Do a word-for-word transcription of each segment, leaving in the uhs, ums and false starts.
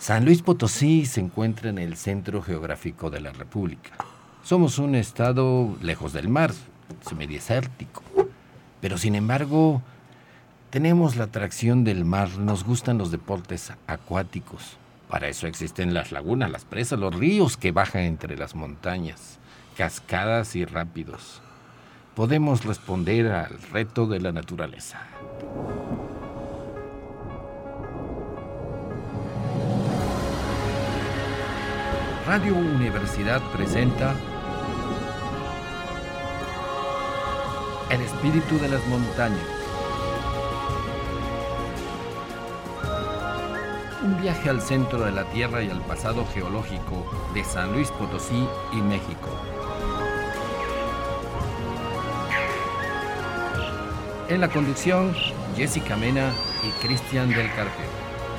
San Luis Potosí se encuentra en el centro geográfico de la República. Somos un estado lejos del mar, semidesértico, pero sin embargo tenemos la atracción del mar, nos gustan los deportes acuáticos. Para eso existen las lagunas, las presas, los ríos que bajan entre las montañas, cascadas y rápidos. Podemos responder al reto de la naturaleza. Radio Universidad presenta El espíritu de las montañas. Un viaje al centro de la Tierra y al pasado geológico de San Luis Potosí y México. En la conducción, Jessica Mena y Cristian del Carpio.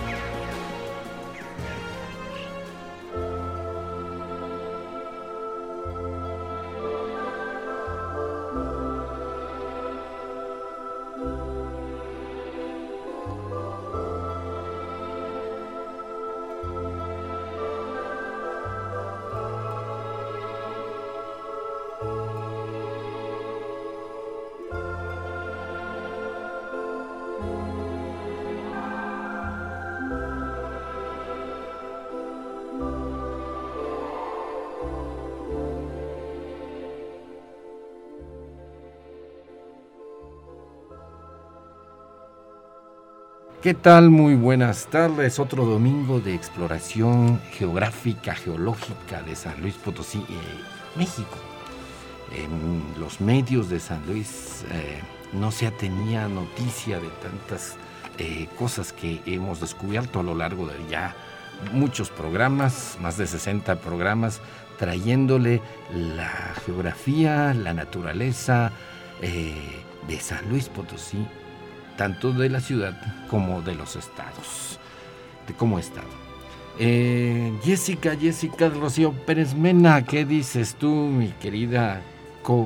¿Qué tal? Muy buenas tardes. Otro domingo de exploración geográfica, geológica de San Luis Potosí, eh, México. En los medios de San Luis eh, no se tenía noticia de tantas eh, cosas que hemos descubierto a lo largo de ya muchos programas, más de sesenta programas, trayéndole la geografía, la naturaleza eh, de San Luis Potosí, tanto de la ciudad como de los estados, de cómo estado. Eh, Jessica, Jessica Rocío Pérez Mena, ¿qué dices tú, mi querida co...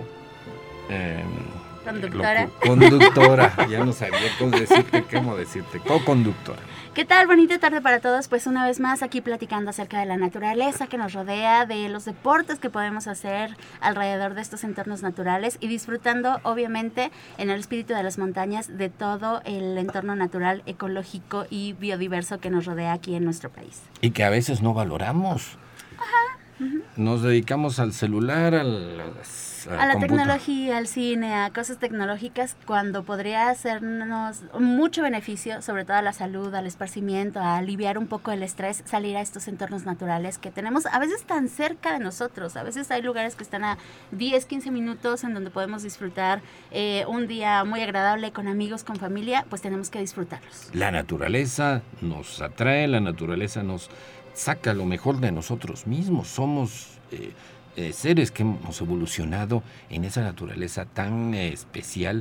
Eh, Conductora. Lo, conductora, ya no sabía cómo decirte, cómo decirte, co-conductora. ¿Qué tal? Bonita tarde para todos. Pues una vez más aquí platicando acerca de la naturaleza que nos rodea, de los deportes que podemos hacer alrededor de estos entornos naturales y disfrutando obviamente en el espíritu de las montañas de todo el entorno natural, ecológico y biodiverso que nos rodea aquí en nuestro país. Y que a veces no valoramos. Ajá. Uh-huh. Nos dedicamos al celular, al... A, a la computa. tecnología, al cine, a cosas tecnológicas, cuando podría hacernos mucho beneficio, sobre todo a la salud, al esparcimiento, a aliviar un poco el estrés, salir a estos entornos naturales que tenemos a veces tan cerca de nosotros. A veces hay lugares que están a diez, quince minutos en donde podemos disfrutar eh, un día muy agradable con amigos, con familia, pues tenemos que disfrutarlos. La naturaleza nos atrae, la naturaleza nos saca lo mejor de nosotros mismos. Somos... Eh, Eh, seres que hemos evolucionado en esa naturaleza tan eh, especial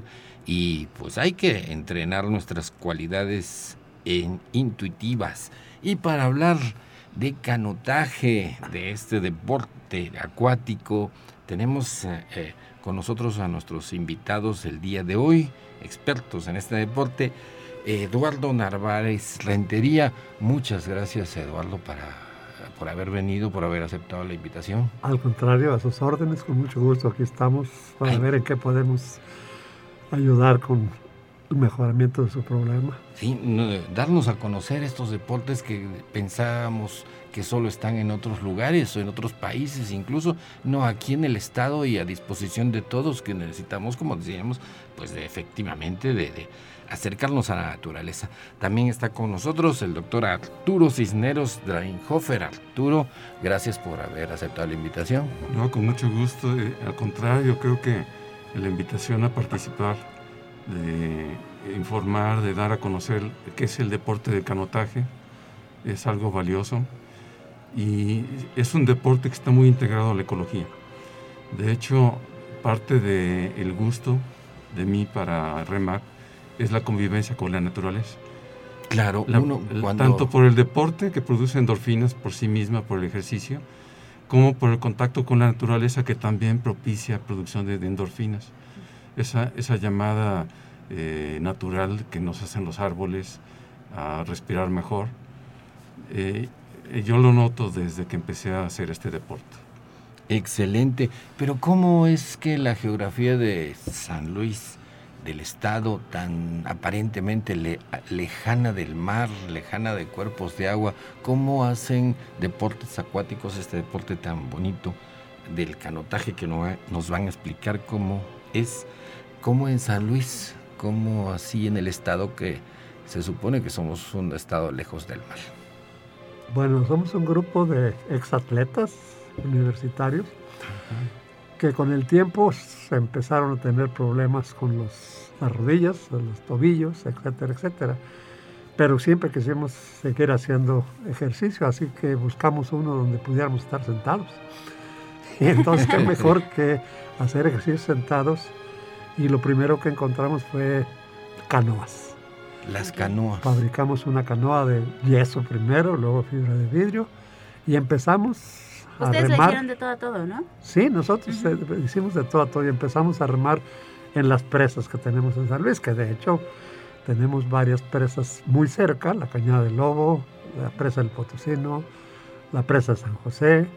y pues hay que entrenar nuestras cualidades en, intuitivas. Y para hablar de canotaje, de este deporte acuático, tenemos eh, eh, con nosotros a nuestros invitados el día de hoy, expertos en este deporte, Eduardo Narváez Rentería. Muchas gracias, Eduardo, para... por haber venido, por haber aceptado la invitación. Al contrario, a sus órdenes, con mucho gusto. Aquí estamos para Ay. ver en qué podemos ayudar con el mejoramiento de su problema. Sí, no, darnos a conocer estos deportes que pensábamos que solo están en otros lugares o en otros países, incluso no aquí en el estado y a disposición de todos, que necesitamos, como decíamos, pues de, efectivamente de, de acercarnos a la naturaleza. También está con nosotros el doctor Arturo Cisneros Drainhofer. Arturo, gracias por haber aceptado la invitación. No, con mucho gusto. Eh, al contrario, creo que la invitación a participar, de informar, de dar a conocer qué es el deporte del canotaje, es algo valioso y es un deporte que está muy integrado a la ecología. De hecho, parte del gusto de mí para remar es la convivencia con la naturaleza. Claro, la, uno, cuando... tanto por el deporte, que produce endorfinas por sí misma, por el ejercicio, como por el contacto con la naturaleza, que también propicia producción de, de endorfinas. Esa, esa llamada eh, natural que nos hacen los árboles a respirar mejor. Eh, eh, yo lo noto desde que empecé a hacer este deporte. Excelente. Pero ¿cómo es que la geografía de San Luis, del estado tan aparentemente le, lejana del mar, lejana de cuerpos de agua, cómo hacen deportes acuáticos, este deporte tan bonito del canotaje que no, nos van a explicar cómo es, cómo en San Luis, cómo así en el estado que se supone que somos un estado lejos del mar? Bueno, somos un grupo de exatletas universitarios. Ajá. Que con el tiempo se empezaron a tener problemas con los, las rodillas, los tobillos, etcétera, etcétera. Pero siempre quisimos seguir haciendo ejercicio, así que buscamos uno donde pudiéramos estar sentados. Y entonces, qué mejor que hacer ejercicios sentados. Y lo primero que encontramos fue canoas. Las canoas. Fabricamos una canoa de yeso primero, luego fibra de vidrio, y empezamos a Ustedes remar. le hicieron de todo a todo, ¿no? Sí, nosotros uh-huh. eh, hicimos de todo a todo y empezamos a remar en las presas que tenemos en San Luis, que de hecho tenemos varias presas muy cerca, la Cañada del Lobo, la presa del Potosino, la presa de San José,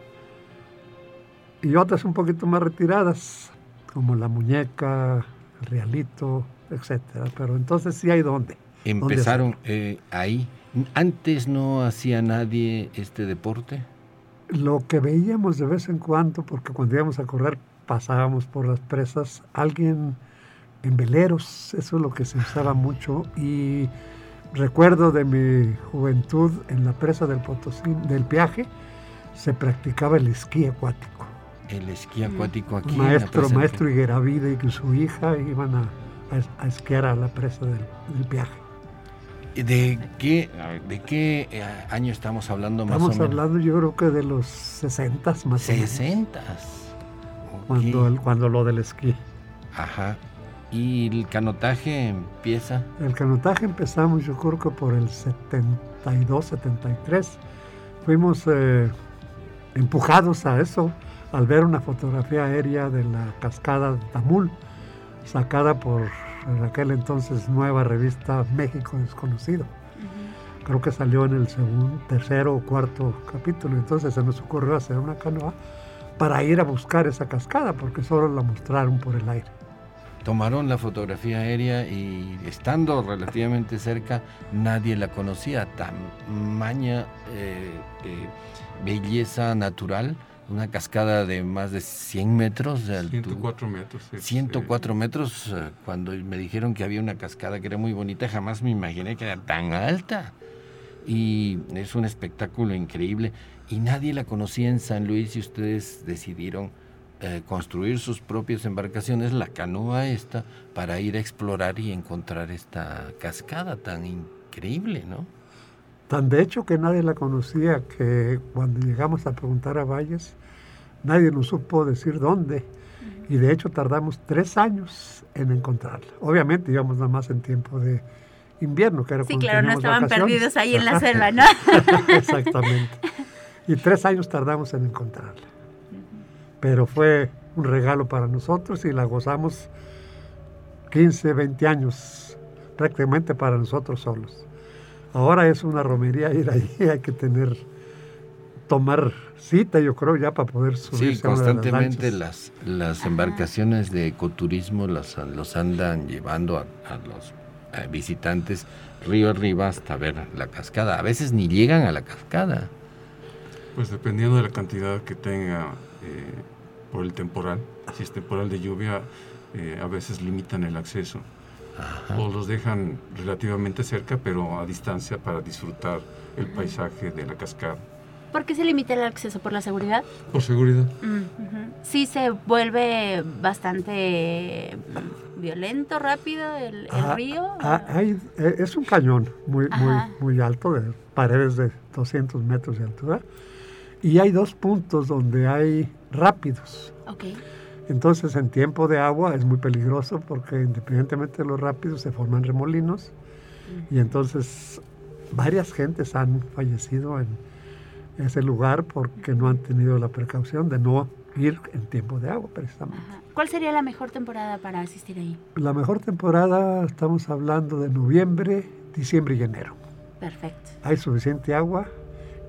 y otras un poquito más retiradas, como La Muñeca, el Realito, etcétera. Pero entonces sí hay dónde. Empezaron eh, ahí. ¿Antes no hacía nadie este deporte? Lo que veíamos de vez en cuando, porque cuando íbamos a correr pasábamos por las presas, alguien en veleros, eso es lo que se usaba mucho. Y recuerdo de mi juventud en la presa del Potosí, del Piaje, se practicaba el esquí acuático. El esquí acuático aquí. Maestro, en la maestro Higueravide y su hija iban a, a, a esquiar a la presa del, del Piaje. ¿De qué, ¿De qué año estamos hablando más estamos o menos? Estamos hablando yo creo que de los sesentas más o menos. ¿Sesentas? Okay. Cuando, cuando lo del esquí. Ajá. ¿Y el canotaje empieza? El canotaje empezamos yo creo que por el setenta y dos, setenta y tres. Fuimos eh, empujados a eso al ver una fotografía aérea de la cascada de Tamul, sacada por en aquel entonces nueva revista México Desconocido. Uh-huh. Creo que salió en el segundo, tercero o cuarto capítulo. Entonces se nos ocurrió hacer una canoa para ir a buscar esa cascada, porque solo la mostraron por el aire. Tomaron la fotografía aérea y estando relativamente cerca, nadie la conocía. Tamaña eh, eh, belleza natural. Una cascada de más de cien metros de altura. ciento cuatro metros. Sí, ciento cuatro metros. Cuando me dijeron que había una cascada que era muy bonita, jamás me imaginé que era tan alta. Y es un espectáculo increíble. Y nadie la conocía en San Luis y ustedes decidieron eh, construir sus propias embarcaciones, la canoa esta, para ir a explorar y encontrar esta cascada tan increíble, ¿no? Tan de hecho que nadie la conocía que cuando llegamos a preguntar a Valles, nadie nos supo decir dónde. Y de hecho tardamos tres años en encontrarla. Obviamente íbamos nada más en tiempo de invierno, que era sí, cuando claro, no estaban vacaciones. Perdidos ahí en la selva, ¿no? Exactamente. Y tres años tardamos en encontrarla. Pero fue un regalo para nosotros y la gozamos quince, veinte años, prácticamente para nosotros solos. Ahora es una romería ir ahí, hay que tener, tomar cita, yo creo, ya para poder subirse. Sí, constantemente las, las embarcaciones de ecoturismo las, los andan llevando a, a los a visitantes río arriba hasta ver la cascada. A veces ni llegan a la cascada. Pues dependiendo de la cantidad que tenga eh, por el temporal, si es temporal de lluvia, eh, a veces limitan el acceso. Ajá. O los dejan relativamente cerca, pero a distancia para disfrutar el paisaje de la cascada. ¿Por qué se limita el acceso? ¿Por la seguridad? Por seguridad. Uh-huh. Sí se vuelve bastante violento, rápido el, el ah, río. Ah, hay, es un cañón muy, muy, muy alto, de paredes de doscientos metros de altura. Y hay dos puntos donde hay rápidos. Okay. Entonces, en tiempo de agua es muy peligroso porque independientemente de los rápidos se forman remolinos. Uh-huh. Y entonces varias gentes han fallecido en ese lugar porque no han tenido la precaución de no ir en tiempo de agua, precisamente. Ajá. ¿Cuál sería la mejor temporada para asistir ahí? La mejor temporada, estamos hablando de noviembre, diciembre y enero. Perfecto. Hay suficiente agua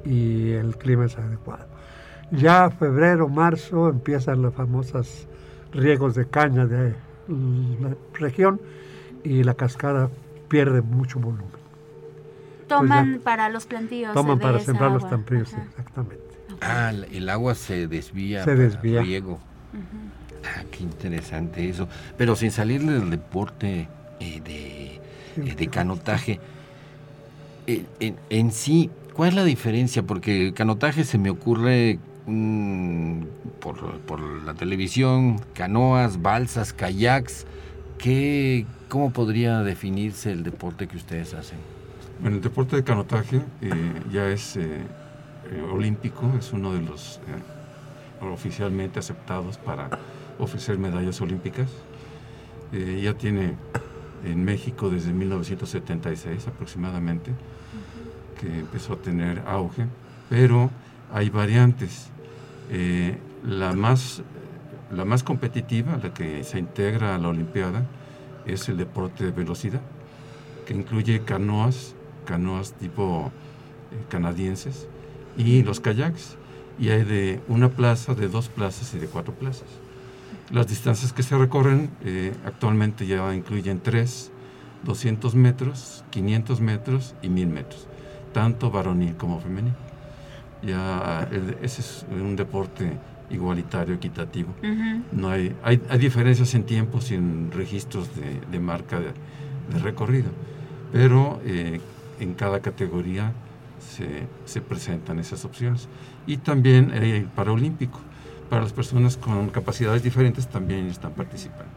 y el clima es adecuado. Ya febrero, marzo empiezan los famosos riegos de caña de la región y la cascada pierde mucho volumen. Toman ya, para los plantíos. Toman para sembrar agua. Los plantíos, sí, exactamente. Ah, el agua se desvía. Se desvía. Riego. Uh-huh. Ah, qué interesante eso. Pero sin salir del deporte eh, de, eh, de canotaje, eh, en, en sí, ¿cuál es la diferencia? Porque el canotaje se me ocurre um, por, por la televisión, canoas, balsas, kayaks. ¿Qué, ¿Cómo podría definirse el deporte que ustedes hacen? Bueno, el deporte de canotaje eh, ya es eh, eh, olímpico, es uno de los eh, oficialmente aceptados para ofrecer medallas olímpicas. Eh, ya tiene en México desde mil novecientos setenta y seis aproximadamente, que empezó a tener auge, pero hay variantes. Eh, la más, la más competitiva, la que se integra a la Olimpiada, es el deporte de velocidad, que incluye canoas, canoas tipo eh, canadienses y los kayaks, y hay de una plaza, de dos plazas y de cuatro plazas. Las distancias que se recorren eh, actualmente ya incluyen tres, doscientos metros, quinientos metros y mil metros, tanto varonil como femenil. Ya el, ese es un deporte igualitario, equitativo. Uh-huh. No hay, hay, hay diferencias en tiempos y en registros de, de marca de, de recorrido, pero eh, en cada categoría se, se presentan esas opciones. Y también el eh, paraolímpico, para las personas con capacidades diferentes también están participando.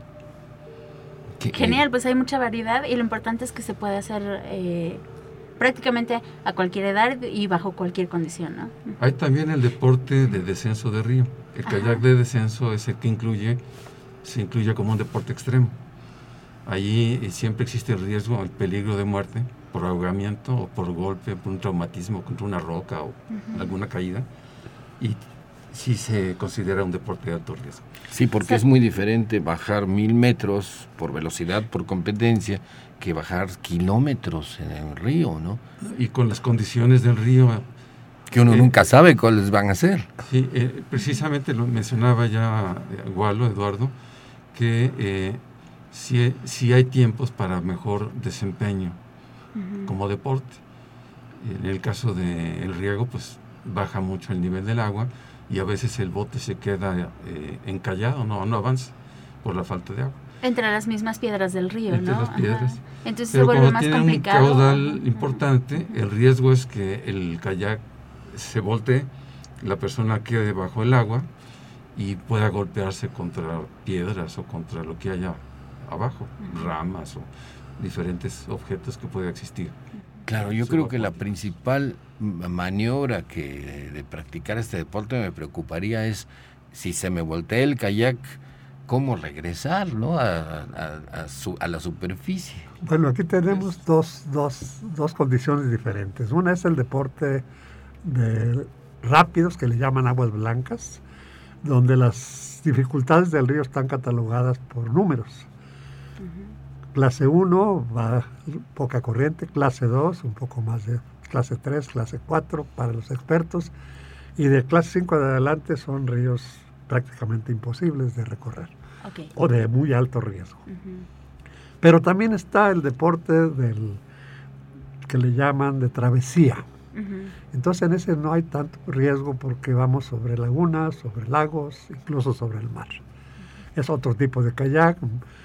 Genial, pues hay mucha variedad y lo importante es que se puede hacer eh, prácticamente a cualquier edad y bajo cualquier condición, ¿no? Hay también el deporte de descenso de río. El Ajá. kayak de descenso es el que incluye, se incluye como un deporte extremo. Allí siempre existe el riesgo, el peligro de muerte por ahogamiento o por golpe, por un traumatismo contra una roca o uh-huh. alguna caída, y sí se considera un deporte de alto riesgo. Sí, porque sí. es muy diferente bajar mil metros por velocidad, por competencia, que bajar kilómetros en el río, ¿no? Y con las condiciones del río... Que uno eh, nunca sabe cuáles van a ser. Sí, eh, precisamente lo mencionaba ya Walo, Eduardo, que eh, sí, sí hay tiempos para mejor desempeño uh-huh. como deporte. En el caso del riego, pues baja mucho el nivel del agua y a veces el bote se queda eh, encallado, no, no avanza por la falta de agua. Entre las mismas piedras del río, Entre ¿no? las piedras. Ajá. Entonces Pero se vuelve más tiene complicado. Un caudal uh-huh. importante, el riesgo es que el kayak se voltee, la persona quede bajo el agua y pueda golpearse contra piedras o contra lo que haya abajo, uh-huh. ramas o diferentes objetos que pueda existir. Claro, yo creo que la principal maniobra que de practicar este deporte me preocuparía es si se me voltea el kayak, cómo regresar, ¿no? a, a, a, su, a la superficie. Bueno, aquí tenemos es... dos, dos, dos condiciones diferentes. Una es el deporte de rápidos, que le llaman aguas blancas, donde las dificultades del río están catalogadas por números. Uh-huh. Clase uno va poca corriente, clase dos un poco más de clase tres, clase cuatro para los expertos, y de clase cinco de adelante son ríos prácticamente imposibles de recorrer, okay. o de muy alto riesgo. Uh-huh. Pero también está el deporte del que le llaman de travesía. Uh-huh. Entonces en ese no hay tanto riesgo porque vamos sobre lagunas, sobre lagos, incluso sobre el mar. Uh-huh. Es otro tipo de kayak,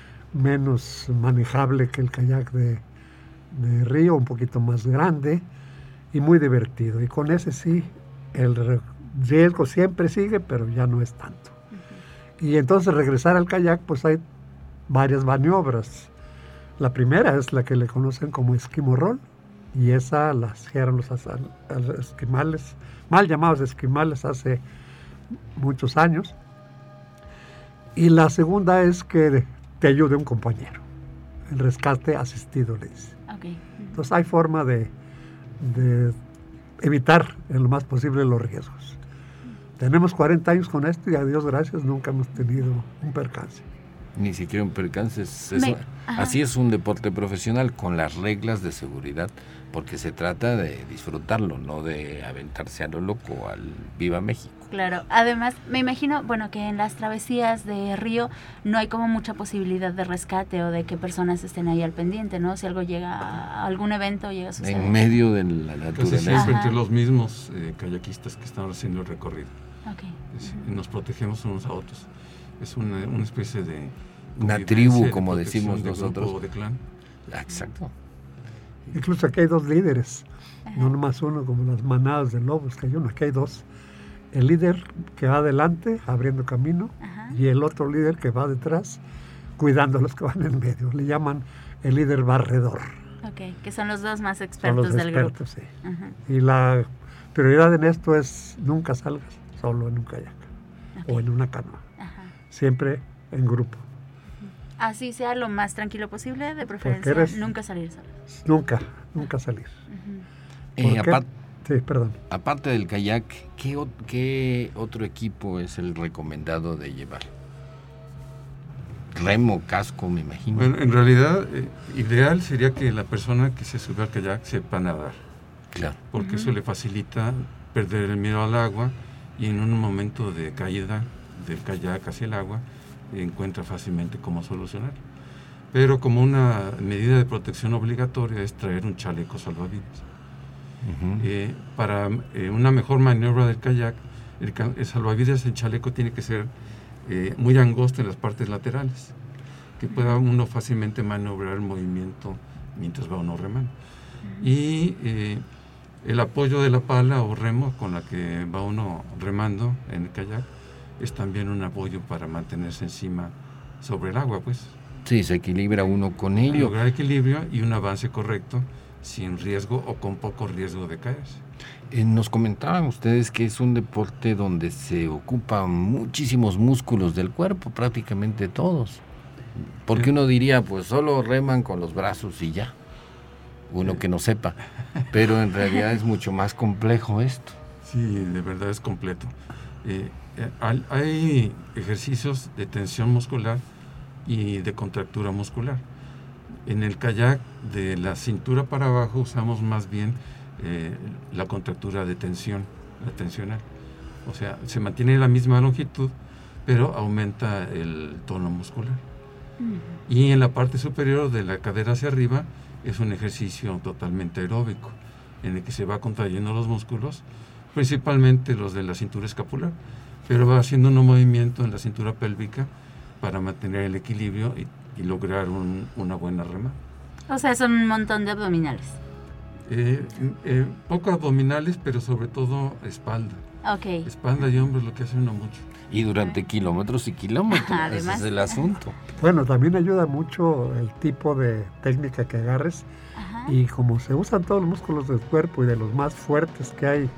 menos manejable que el kayak de, de río, un poquito más grande y muy divertido. Y con ese sí, el riesgo siempre sigue, pero ya no es tanto. Uh-huh. Y entonces regresar al kayak, pues hay varias maniobras. La primera es la que le conocen como esquimorrol, y esa la hacían los, los esquimales, mal llamados esquimales, hace muchos años. Y la segunda es que te ayude un compañero, el rescate asistido, le dice. Okay. Uh-huh. Entonces hay forma de, de evitar en lo más posible los riesgos. Uh-huh. Tenemos cuarenta años con esto y a Dios gracias nunca hemos tenido un percance. Ni siquiera un percance. Es, es Me, un, así es un deporte profesional con las reglas de seguridad, porque se trata de disfrutarlo, no de aventarse a lo loco al Viva México. Claro, además me imagino, bueno, que en las travesías de río no hay como mucha posibilidad de rescate o de que personas estén ahí al pendiente, ¿no? Si algo llega, a algún evento llega a suceder. En medio de la naturaleza. Casi siempre entre los mismos eh, kayakistas que están haciendo el recorrido. Okay. Es, uh-huh. Nos protegemos unos a otros. Es una, una especie de... Una tribu, como de decimos de nosotros. O de clan. Exacto. Incluso aquí hay dos líderes, ajá, no nomás uno como las manadas de lobos, que hay uno, aquí hay dos. El líder que va adelante, abriendo camino, ajá, y el otro líder que va detrás, cuidando a los que van en medio. Le llaman el líder barredor. Ok, que son los dos más expertos son los del expertos, grupo. Sí. Ajá. Y la prioridad en esto es nunca salgas solo en un kayak, okay, o en una canoa. Ajá. Siempre en grupo. Así sea lo más tranquilo posible, de preferencia eres, nunca salir solo. Nunca, nunca salir. Uh-huh. Eh, apart, sí, perdón. Aparte del kayak, ¿qué, ¿qué otro equipo es el recomendado de llevar? Remo, casco, me imagino. Bueno, en realidad, eh, ideal sería que la persona que se sube al kayak sepa nadar. Claro. Porque uh-huh. eso le facilita perder el miedo al agua y en un momento de caída del kayak hacia el agua, encuentra fácilmente cómo solucionar. Pero como una medida de protección obligatoria es traer un chaleco salvavidas. Uh-huh. Eh, para eh, una mejor maniobra del kayak, el, el salvavidas, el chaleco tiene que ser eh, muy angosto en las partes laterales, que pueda uno fácilmente maniobrar el movimiento mientras va uno remando. Uh-huh. Y eh, el apoyo de la pala o remo con la que va uno remando en el kayak es también un apoyo para mantenerse encima sobre el agua, pues. Sí, se equilibra uno con ello. Lograr equilibrio y un avance correcto, sin riesgo o con poco riesgo de caerse. Eh, nos comentaban ustedes que es un deporte donde se ocupan muchísimos músculos del cuerpo, prácticamente todos. Porque sí, uno diría, pues solo reman con los brazos y ya. Uno sí, que no sepa. Pero en realidad es mucho más complejo esto. Sí, de verdad es completo. Eh, Hay ejercicios de tensión muscular y de contractura muscular. En el kayak, de la cintura para abajo, usamos más bien eh, la contractura de tensión, la tensional. O sea, se mantiene la misma longitud, pero aumenta el tono muscular. Uh-huh. Y en la parte superior, de la cadera hacia arriba, es un ejercicio totalmente aeróbico, en el que se va contrayendo los músculos, principalmente los de la cintura escapular, pero va haciendo un movimiento en la cintura pélvica para mantener el equilibrio y, y lograr un, una buena rema. O sea, son un montón de abdominales. Eh, eh, poco abdominales, pero sobre todo espalda. Okay. Espalda y hombros, lo que hace uno mucho. Y durante kilómetros y kilómetros, Ajá, ese además, es el asunto. Bueno, también ayuda mucho el tipo de técnica que agarres. Ajá. Y como se usan todos los músculos del cuerpo y de los más fuertes que hay,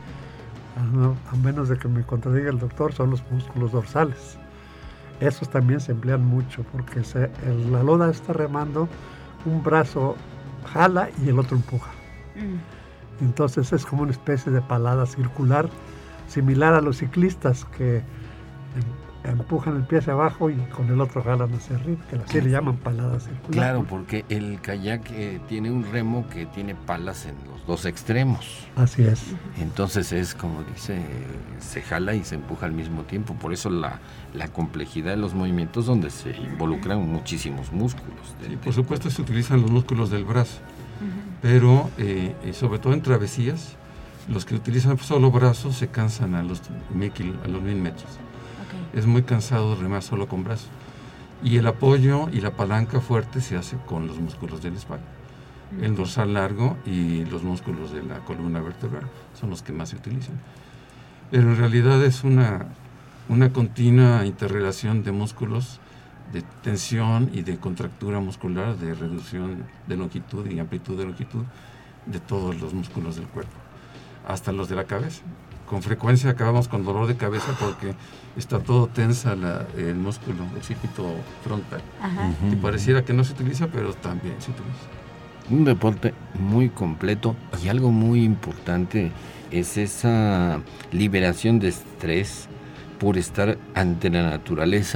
a menos de que me contradiga el doctor, son los músculos dorsales. Esos también se emplean mucho porque se, el, la loda está remando, un brazo jala y el otro empuja. Mm. Entonces es como una especie de palada circular, similar a los ciclistas que em, empujan el pie hacia abajo y con el otro jalan hacia arriba, que así le llaman palada circular. Claro, porque el kayak eh, tiene un remo que tiene palas en los dos extremos. Así es. Entonces es como dice, se jala y se empuja al mismo tiempo. Por eso la, la complejidad de los movimientos donde se involucran muchísimos músculos. Sí, por supuesto se utilizan los músculos del brazo, uh-huh. pero eh, sobre todo en travesías, los que utilizan solo brazos se cansan a los mil, a los mil metros. Okay. Es muy cansado remar solo con brazos. Y el apoyo y la palanca fuerte se hace con los músculos de la espalda. Uh-huh. El dorsal largo y los músculos de la columna vertebral son los que más se utilizan. Pero en realidad es una, una continua interrelación de músculos, de tensión y de contractura muscular, de reducción de longitud y amplitud de longitud de todos los músculos del cuerpo, hasta los de la cabeza. Con frecuencia acabamos con dolor de cabeza porque está todo tensa la, el músculo, el círcuito frontal. Ajá. Y pareciera que no se utiliza, pero también se utiliza. Un deporte muy completo y algo muy importante es esa liberación de estrés por estar ante la naturaleza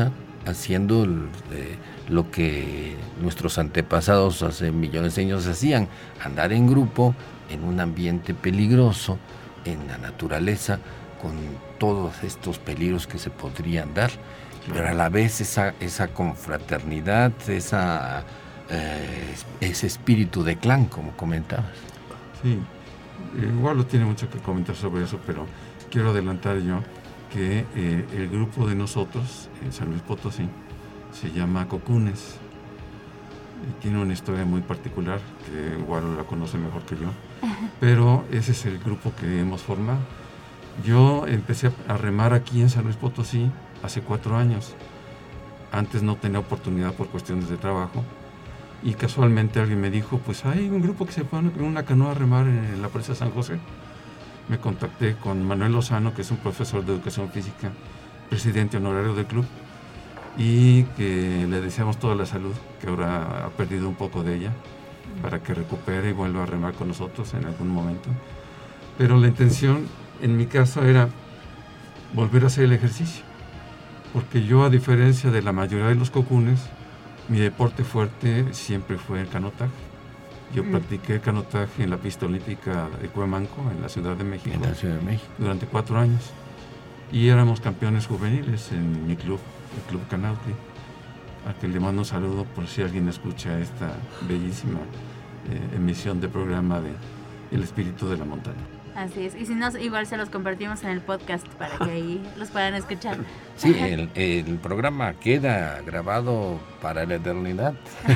haciendo eh, lo que nuestros antepasados hace millones de años hacían, andar en grupo, en un ambiente peligroso, en la naturaleza, con todos estos peligros que se podrían dar, pero a la vez esa, esa confraternidad, esa, eh, ese espíritu de clan, como comentabas. Sí, igual lo tiene mucho que comentar sobre eso, pero quiero adelantar yo que eh, el grupo de nosotros en San Luis Potosí se llama Cocunes. Y tiene una historia muy particular, que igual la conoce mejor que yo, pero ese es el grupo que hemos formado. Yo empecé a remar aquí en San Luis Potosí hace cuatro años. Antes no tenía oportunidad por cuestiones de trabajo, y casualmente alguien me dijo, pues hay un grupo que se pone en una canoa a remar en la presa San José. Me contacté con Manuel Lozano, que es un profesor de educación física, presidente honorario del club, y que le deseamos toda la salud, que ahora ha perdido un poco de ella, para que recupere y vuelva a remar con nosotros en algún momento. Pero la intención, en mi caso, era volver a hacer el ejercicio, porque yo, a diferencia de la mayoría de los cocunes, mi deporte fuerte siempre fue el canotaje. Yo mm. practiqué canotaje en la pista olímpica de Cuemanco, en la Ciudad de México, en la Ciudad de México, durante cuatro años. Y éramos campeones juveniles en mi club, el Club Canauti, a quien le mando un saludo por si alguien escucha esta bellísima eh, emisión de programa de El Espíritu de la Montaña. Así es, y si no, igual se los compartimos en el podcast para que ahí los puedan escuchar. Sí, el, el programa queda grabado para la eternidad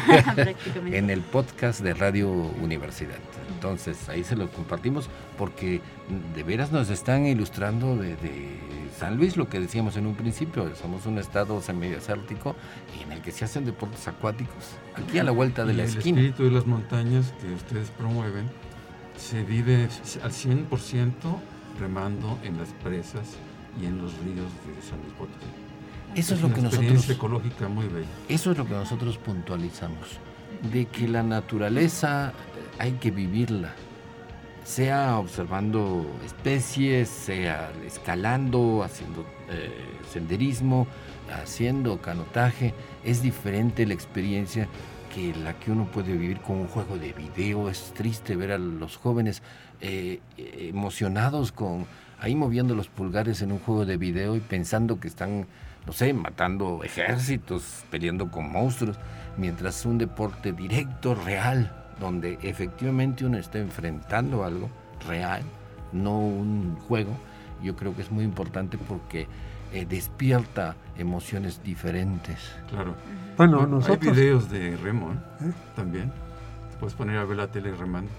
en el podcast de Radio Universidad. Entonces ahí se lo compartimos porque de veras nos están ilustrando de, de San Luis, lo que decíamos en un principio. Somos un estado semidesértico y en el que se hacen deportes acuáticos aquí a la vuelta de y la el esquina. El espíritu de las montañas que ustedes promueven se vive al cien por ciento remando en las presas y en los ríos de San Luis Potosí. Eso es, es lo que nosotros... Una experiencia nosotros, ecológica muy bella. Eso es lo que nosotros puntualizamos, de que la naturaleza hay que vivirla, sea observando especies, sea escalando, haciendo eh, senderismo, haciendo canotaje. Es diferente la experiencia que la que uno puede vivir con un juego de video. Es triste ver a los jóvenes eh, emocionados con ahí moviendo los pulgares en un juego de video y pensando que están, no sé, matando ejércitos, peleando con monstruos, mientras un deporte directo, real, donde efectivamente uno está enfrentando algo real, no un juego, yo creo que es muy importante porque eh, despierta emociones diferentes. Claro. Bueno, bueno nosotros... Hay videos de remo, ¿eh? ¿Eh? También. Te puedes poner a ver la tele remando.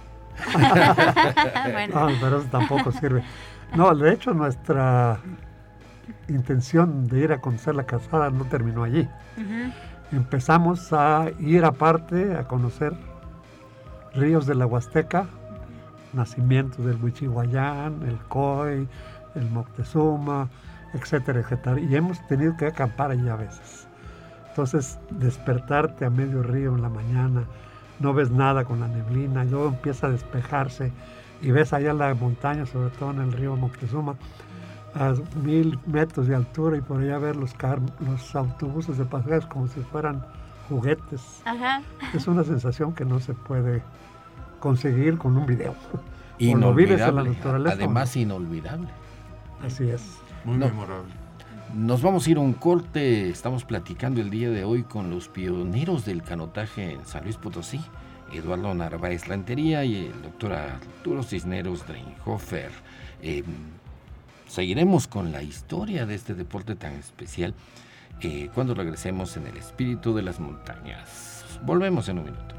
Bueno. Ah, pero eso tampoco sirve. No, de hecho nuestra intención de ir a conocer la cascada no terminó allí. Uh-huh. Empezamos a ir aparte a conocer ríos de la Huasteca, nacimientos del Huichihuayán, el Coy, el Moctezuma, etcétera, etcétera. Y hemos tenido que acampar allí a veces. Entonces, despertarte a medio río en la mañana, no ves nada con la neblina, y luego empieza a despejarse y ves allá la montaña, sobre todo en el río Moctezuma, a mil metros de altura, y por allá ver los, car- los autobuses de pasajeros como si fueran juguetes. Ajá. Es una sensación que no se puede conseguir con un video. Inolvidable, o lo vives en la naturaleza. Además, inolvidable. Así es. Muy no. memorable. Nos vamos a ir a un corte. Estamos platicando el día de hoy con los pioneros del canotaje en San Luis Potosí, Eduardo Narváez Lantería y el doctor Arturo Cisneros Dreinhofer. Eh, seguiremos con la historia de este deporte tan especial eh, cuando regresemos en El Espíritu de las Montañas. Volvemos en un minuto.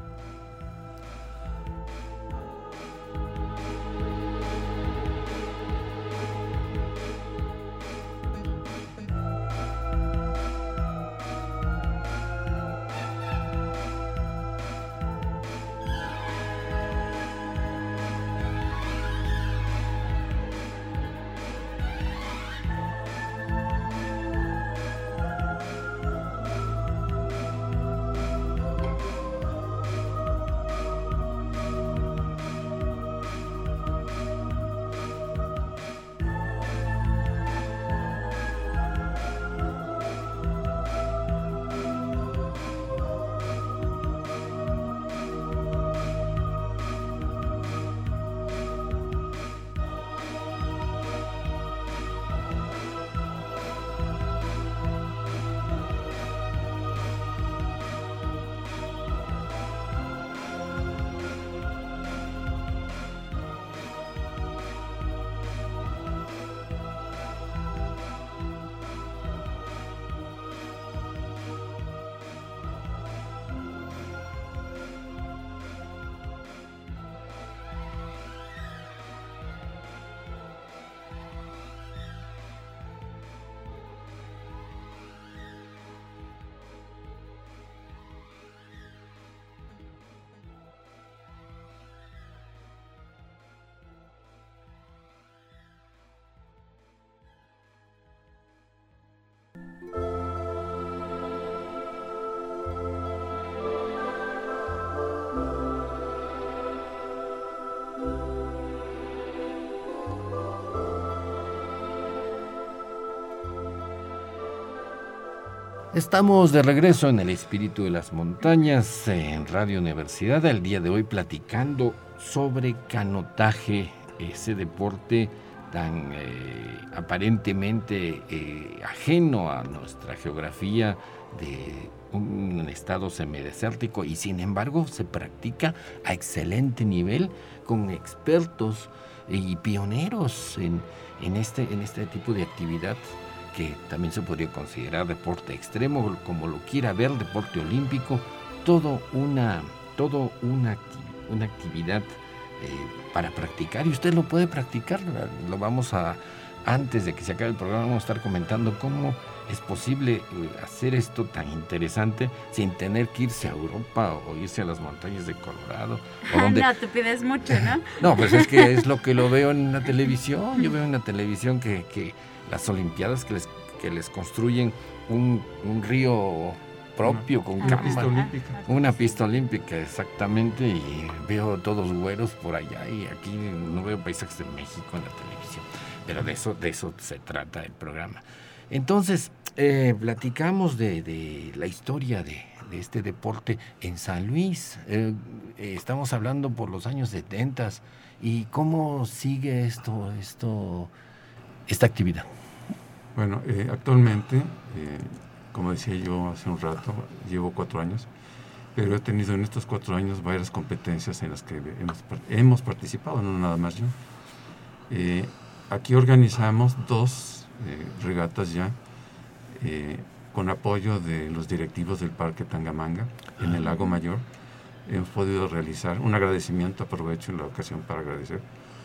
Estamos de regreso en el espíritu de las montañas en Radio Universidad, el día de hoy platicando sobre canotaje, ese deporte tan eh, aparentemente eh, ajeno a nuestra geografía de un estado semidesértico, y sin embargo se practica a excelente nivel con expertos y pioneros en, en, este, en este tipo de actividad, que también se podría considerar deporte extremo, como lo quiera ver, deporte olímpico, todo una, todo una, una actividad eh, para practicar, y usted lo puede practicar. Lo vamos a, antes de que se acabe el programa, vamos a estar comentando cómo es posible hacer esto tan interesante sin tener que irse a Europa o irse a las montañas de Colorado. O donde... No, te pides mucho, ¿no? No, pues es que es lo que lo veo en la televisión. Yo veo en la televisión que... que las olimpiadas que les, que les construyen un, un río propio una, con una cámara, pista olímpica. Una pista olímpica, exactamente, y veo todos güeros por allá, y aquí no veo paisajes de México en la televisión, pero de eso, de eso se trata el programa. Entonces, eh, platicamos de, de la historia de, de este deporte en San Luis. Eh, eh, estamos hablando por los años setenta, y cómo sigue esto, esto, esta actividad. Bueno, eh, actualmente, eh, como decía yo hace un rato, llevo cuatro años, pero he tenido en estos cuatro años varias competencias en las que hemos, hemos participado, no nada más yo. Eh, aquí organizamos dos eh, regatas ya, eh, con apoyo de los directivos del Parque Tangamanga, en el Lago Mayor. Hemos podido realizar un agradecimiento, aprovecho la ocasión para agradecer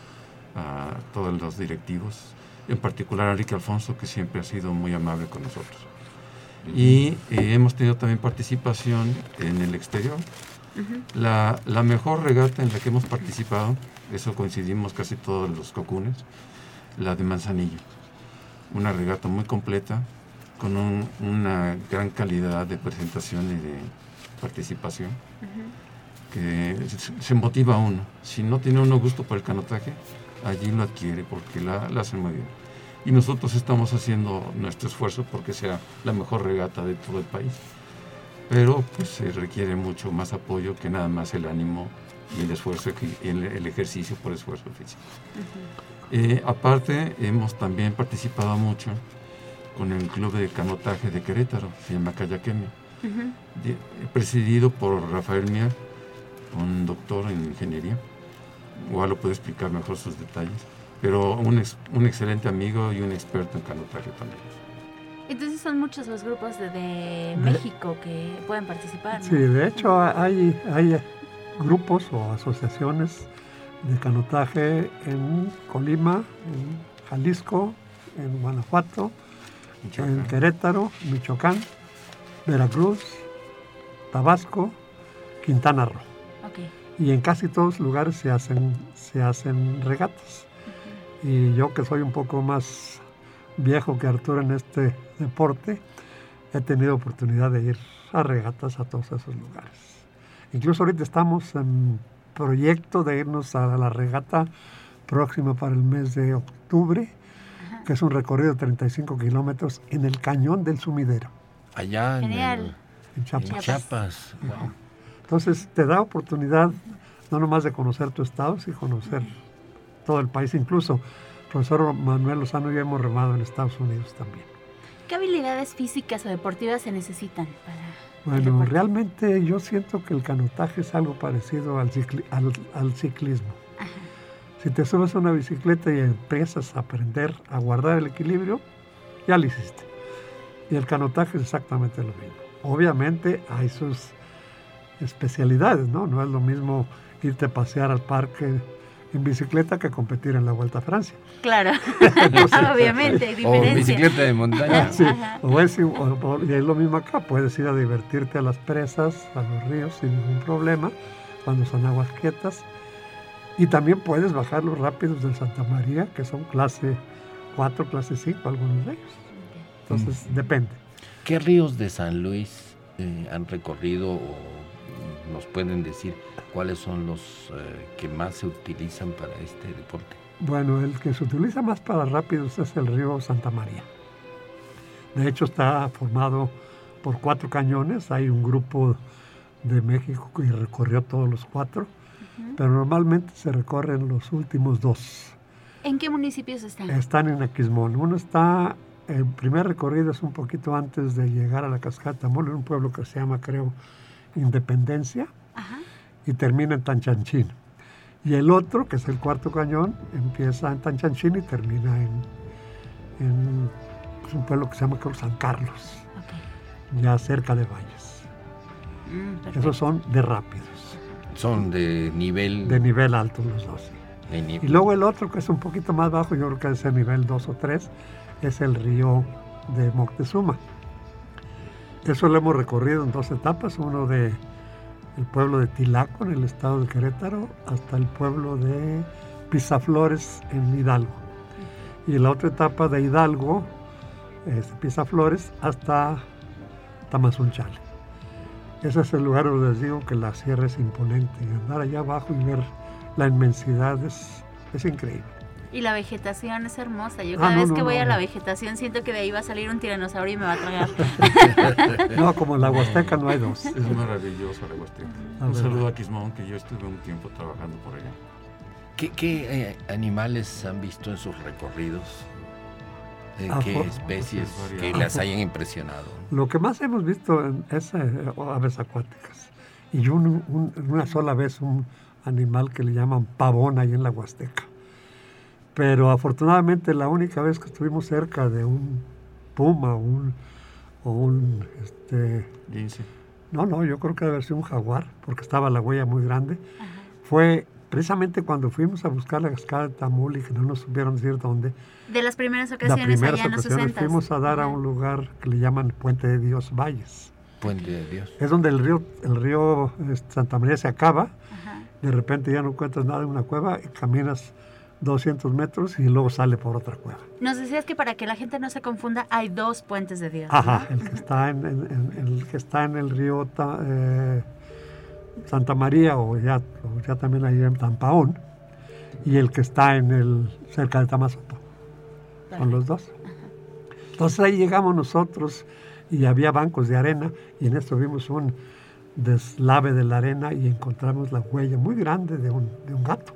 a todos los directivos, en particular a Enrique Alfonso, que siempre ha sido muy amable con nosotros. Y eh, hemos tenido también participación en el exterior. Uh-huh. La, la mejor regata en la que hemos participado, eso coincidimos casi todos los cocunes, la de Manzanillo. Una regata muy completa, con un, una gran calidad de presentación y de participación, uh-huh. que se, se motiva a uno. Si no tiene uno gusto por el canotaje, allí lo adquiere porque la, la hacen muy bien. Y nosotros estamos haciendo nuestro esfuerzo porque sea la mejor regata de todo el país. Pero pues se requiere mucho más apoyo que nada más el ánimo y el esfuerzo, y el, el ejercicio por esfuerzo físico. Uh-huh. Eh, aparte, hemos también participado mucho con el Club de Canotaje de Querétaro, se llama Cayaquemia, uh-huh. de, presidido por Rafael Mier, un doctor en ingeniería. Igual lo puede explicar mejor sus detalles, pero un, ex, un excelente amigo y un experto en canotaje también. Entonces son muchos los grupos de, de México que pueden participar, ¿no? Sí, de hecho hay, hay grupos o asociaciones de canotaje en Colima, en Jalisco, en Guanajuato, Michoacán. En Querétaro, Michoacán, Veracruz, Tabasco, Quintana Roo. Okay. Y en casi todos los lugares se hacen, se hacen regatas. Uh-huh. Y yo, que soy un poco más viejo que Arturo en este deporte, he tenido oportunidad de ir a regatas a todos esos lugares. Incluso ahorita estamos en proyecto de irnos a la regata próxima para el mes de octubre, uh-huh. que es un recorrido de treinta y cinco kilómetros en el Cañón del Sumidero. Allá en, el, en Chiapas. En Chiapas. Wow. Entonces te da oportunidad no nomás de conocer tu estado, sino conocer todo el país. Incluso el profesor Manuel Lozano y yo hemos remado en Estados Unidos también. ¿Qué habilidades físicas o deportivas se necesitan para Bueno, realmente yo siento que el canotaje es algo parecido al, cicli- al, al ciclismo. Ajá. Si te subes a una bicicleta y empiezas a aprender a guardar el equilibrio, ya lo hiciste. Y el canotaje es exactamente lo mismo. Obviamente hay sus especialidades, ¿no? No es lo mismo irte a pasear al parque en bicicleta que competir en la Vuelta a Francia. Claro, obviamente hay diferencia. O bicicleta de montaña. Sí, o es, o, o, y es lo mismo acá, puedes ir a divertirte a las presas, a los ríos sin ningún problema, cuando son aguas quietas. Y también puedes bajar los rápidos del Santa María, que son clase cuatro, clase cinco, algunos de ellos. Entonces, mm. depende. ¿Qué ríos de San Luis eh, han recorrido o nos pueden decir cuáles son los eh, que más se utilizan para este deporte? Bueno, el que se utiliza más para rápidos es el río Santa María. De hecho, está formado por cuatro cañones. Hay un grupo de México que recorrió todos los cuatro, uh-huh. pero normalmente se recorren los últimos dos. ¿En qué municipios están? Están en Aquismón. Uno está, el primer recorrido es un poquito antes de llegar a la Cascada de Tamul, en un pueblo que se llama, creo, Independencia, uh-huh. y termina en Tanchanchín. Y el otro, que es el cuarto cañón, empieza en Tanchanchín y termina en, en pues, un pueblo que se llama, creo, San Carlos, okay. ya cerca de Valles. Mm, esos son de rápidos. Son de nivel... De nivel alto los dos, sí. Y luego el otro, que es un poquito más bajo, yo creo que es el nivel dos o tres, es el río de Moctezuma. Eso lo hemos recorrido en dos etapas, uno de el pueblo de Tilaco, en el estado de Querétaro, hasta el pueblo de Pisaflores, en Hidalgo. Y la otra etapa de Hidalgo, es Pisaflores, hasta Tamazunchale. Ese es el lugar donde les digo que la sierra es imponente, y andar allá abajo y ver la inmensidad es, es increíble. Y la vegetación es hermosa. Yo cada ah, no, vez que no, voy no, a la no. vegetación siento que de ahí va a salir un tiranosaurio y me va a tragar. No, como en la Huasteca no hay dos. Es maravillosa la Huasteca. A un ver, saludo a Aquismón, que yo estuve un tiempo trabajando por allá. ¿Qué, qué eh, animales han visto en sus recorridos? ¿De ah, qué por, especies que ah, las hayan impresionado? Lo que más hemos visto es eh, aves acuáticas. Y un, un, una sola vez un animal que le llaman pavón ahí en la Huasteca. Pero afortunadamente la única vez que estuvimos cerca de un puma un, o un... Este, lince. No, no, yo creo que debe ser un jaguar, porque estaba la huella muy grande. Ajá. Fue precisamente cuando fuimos a buscar la cascada de Tamul y que no nos supieron decir dónde. De las primeras ocasiones, las primeras allá en los ocasiones sesentas. Fuimos a dar Ajá. a un lugar que le llaman Puente de Dios Valles. Puente de Dios. Es donde el río, el río Santa María se acaba. Ajá. De repente ya no encuentras nada en una cueva y caminas doscientos metros y luego sale por otra cueva. Nos decías que para que la gente no se confunda hay dos puentes de Dios. Ajá, ¿no? el que está en, en, en el que está en el río ta, eh, Santa María o ya, o ya también ahí en Tampaón, y el que está en el cerca de Tamazopo. Son los dos. Ajá. Entonces ahí llegamos nosotros y había bancos de arena y en esto vimos un deslave de la arena y encontramos la huella muy grande de un, de un gato.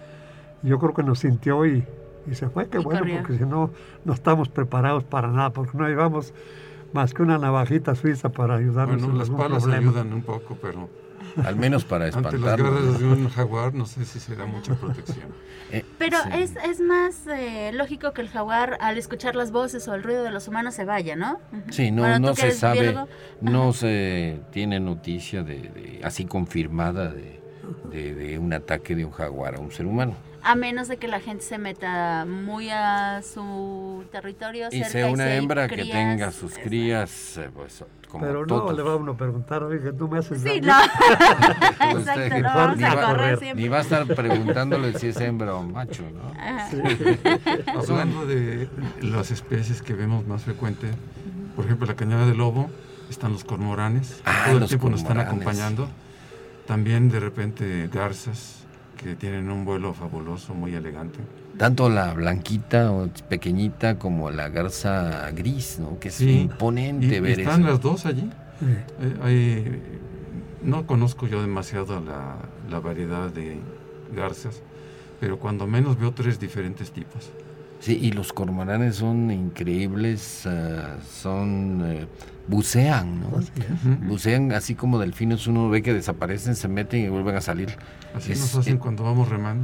Yo creo que nos sintió y, y se fue, qué y bueno, corrió. Porque si no, no estamos preparados para nada, porque no llevamos más que una navajita suiza para ayudarnos. Bueno, las palas problema. ayudan un poco, pero... Al menos para espantarnos. Ante las garras de un jaguar, no sé si será mucha protección. Eh, pero sí. es, es más eh, lógico que el jaguar, al escuchar las voces o el ruido de los humanos, se vaya, ¿no? Uh-huh. Sí, no, bueno, no se sabe, biólogo, no uh-huh. se tiene noticia de, de así confirmada de, de, de un ataque de un jaguar a un ser humano. A menos de que la gente se meta muy a su territorio y sea una y hembra crías, que tenga sus crías, eh, pues como pero no todos. Le va a uno preguntar, oye, tú me haces sí, daño. No. Exacto, usted, no vamos ni, a va, correr siempre. Ni va a estar preguntándole si es hembra o macho, ¿no? Sí. Hablando de las especies que vemos más frecuente, uh-huh. por ejemplo, la cañada de lobo, están los cormoranes, ah, todo los el tiempo cormoranes. Nos están acompañando. También de repente garzas, que tienen un vuelo fabuloso, muy elegante. Tanto la blanquita o pequeñita como la garza gris, ¿no? Que es sí, imponente y, ver y están eso. las dos allí. Sí. Eh, hay, no conozco yo demasiado la, la variedad de garzas, pero cuando menos veo tres diferentes tipos. Sí, y los cormoranes son increíbles, uh, son... Uh, bucean, ¿no? Así uh-huh. Bucean así como delfines, uno ve que desaparecen, se meten y vuelven a salir. Así es, nos hacen eh, cuando vamos remando.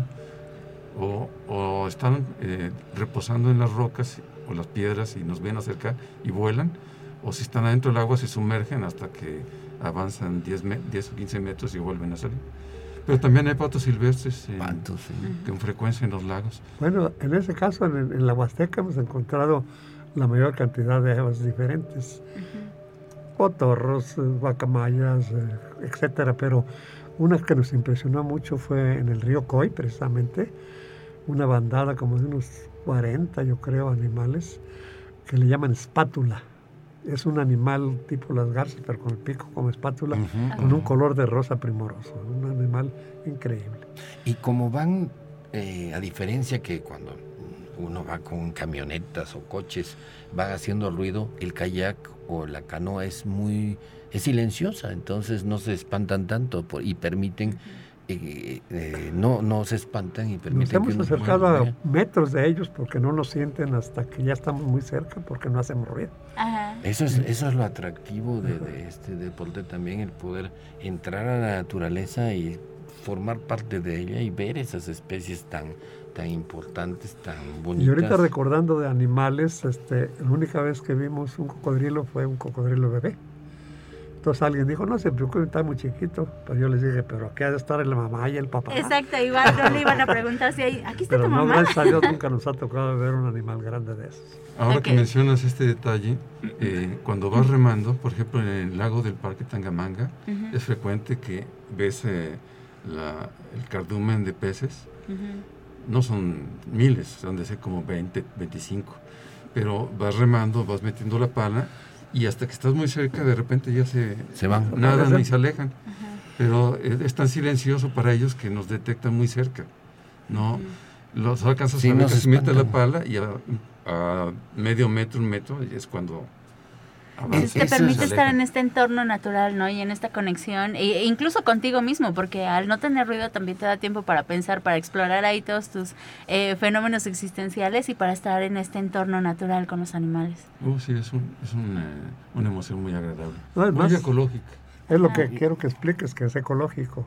O, o están eh, reposando en las rocas o las piedras y nos ven acercar y vuelan. O si están adentro del agua se sumergen hasta que avanzan diez o quince metros y vuelven a salir. Pero también hay patos silvestres en, Patos, sí. con frecuencia en los lagos. Bueno, en ese caso, en, en la Huasteca hemos encontrado la mayor cantidad de aves diferentes. Uh-huh. Cotorros, guacamayas, eh, etcétera, pero una que nos impresionó mucho fue en el río Coy, precisamente, una bandada como de unos cuarenta, yo creo, animales, que le llaman espátula. Es un animal tipo las garzas, pero con el pico como espátula, uh-huh. con un color de rosa primoroso, un animal increíble. Y como van, eh, a diferencia que cuando uno va con camionetas o coches, van haciendo ruido, el kayak o la canoa es muy es silenciosa, entonces no se espantan tanto por, y permiten eh, eh, no no se espantan y permiten nos que hemos uno, acercado bueno, a metros de ellos porque no nos sienten hasta que ya estamos muy cerca porque no hacemos ruido. Ajá. Eso es, eso es lo atractivo de, de este deporte también, el poder entrar a la naturaleza y formar parte de ella y ver esas especies tan, tan importantes, tan bonitas. Y ahorita recordando de animales, este, la única vez que vimos un cocodrilo fue un cocodrilo bebé. Entonces alguien dijo, no se preocupen, está muy chiquito. Pero yo les dije, pero aquí ha de estar la mamá y el papá. Exacto, igual no le iban a preguntar si hay, aquí está pero tu no, mamá. gracias a Dios nunca nos ha tocado ver un animal grande de esos. Ahora Okay. que mencionas este detalle, eh, cuando vas remando, por ejemplo en el lago del Parque Tangamanga, uh-huh. es frecuente que ves eh, la, el cardumen de peces. Uh-huh. No son miles, son de ser como veinte, veinticinco, pero vas remando, vas metiendo la pala y hasta que estás muy cerca de repente ya se, se van, nadan y se alejan. Uh-huh. Pero es, es tan silencioso para ellos que nos detectan muy cerca, ¿no? Uh-huh. Los alcanzas sí, a ver que se mete la pala y a, a medio metro, un metro, y es cuando avanza. Te permite estar en este entorno natural, ¿no? Y en esta conexión, e incluso contigo mismo, porque al no tener ruido también te da tiempo para pensar, para explorar ahí todos tus eh, fenómenos existenciales y para estar en este entorno natural con los animales. Oh, sí, es, un, es un, eh, una emoción muy agradable, no, es muy más, ecológica. Es lo que ah. quiero que expliques, que es ecológico.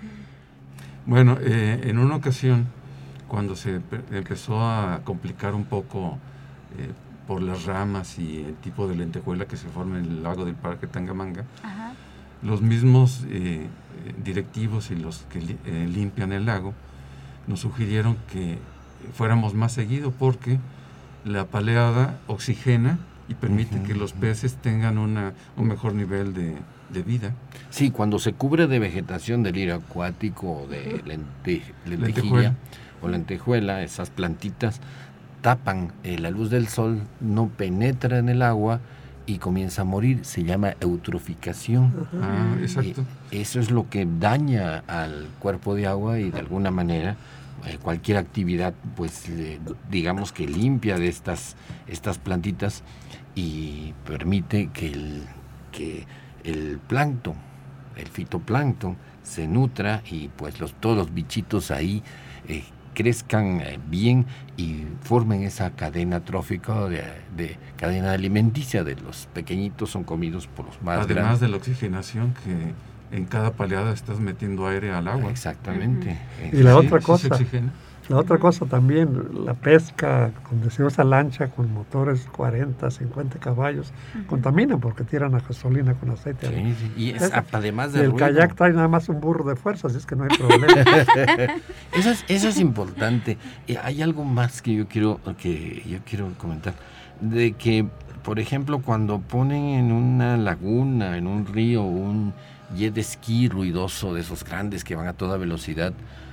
Uh-huh. Bueno, eh, en una ocasión, cuando se empezó a complicar un poco eh, por las ramas y el tipo de lentejuela que se forma en el lago del Parque Tangamanga, ajá. los mismos eh, directivos y los que li- eh, limpian el lago nos sugirieron que fuéramos más seguido porque la paleada oxigena y permite uh-huh. que los peces tengan una, un mejor nivel de, de vida. Sí, cuando se cubre de vegetación de lirio acuático o de lente, lentejilla o lentejuela, esas plantitas tapan eh, la luz del sol, no penetra en el agua y comienza a morir, se llama eutroficación. Uh-huh. Ah, exacto. Eh, eso es lo que daña al cuerpo de agua y de alguna manera eh, cualquier actividad, pues eh, digamos que limpia de estas, estas plantitas y permite que el, que el plancton, el fitoplancton, se nutra y pues los, todos los bichitos ahí eh, crezcan eh, bien y formen esa cadena trófica de, de cadena alimenticia de los pequeñitos, son comidos por los más además grandes. Además de la oxigenación que en cada paleada estás metiendo aire al agua. Exactamente. Uh-huh. Y la sí, otra sí cosa, la otra cosa también, la pesca, cuando se usa lancha con motores cuarenta, cincuenta caballos, uh-huh. contaminan porque tiran a gasolina con aceite. Sí, sí. Y es, es, además de y el ruido. Kayak trae nada más un burro de fuerza, así es que no hay problema. eso, es, eso es importante. Eh, hay algo más que yo quiero que yo quiero comentar, de que, por ejemplo, cuando ponen en una laguna, en un río, un jet ski ruidoso de esos grandes que van a toda velocidad,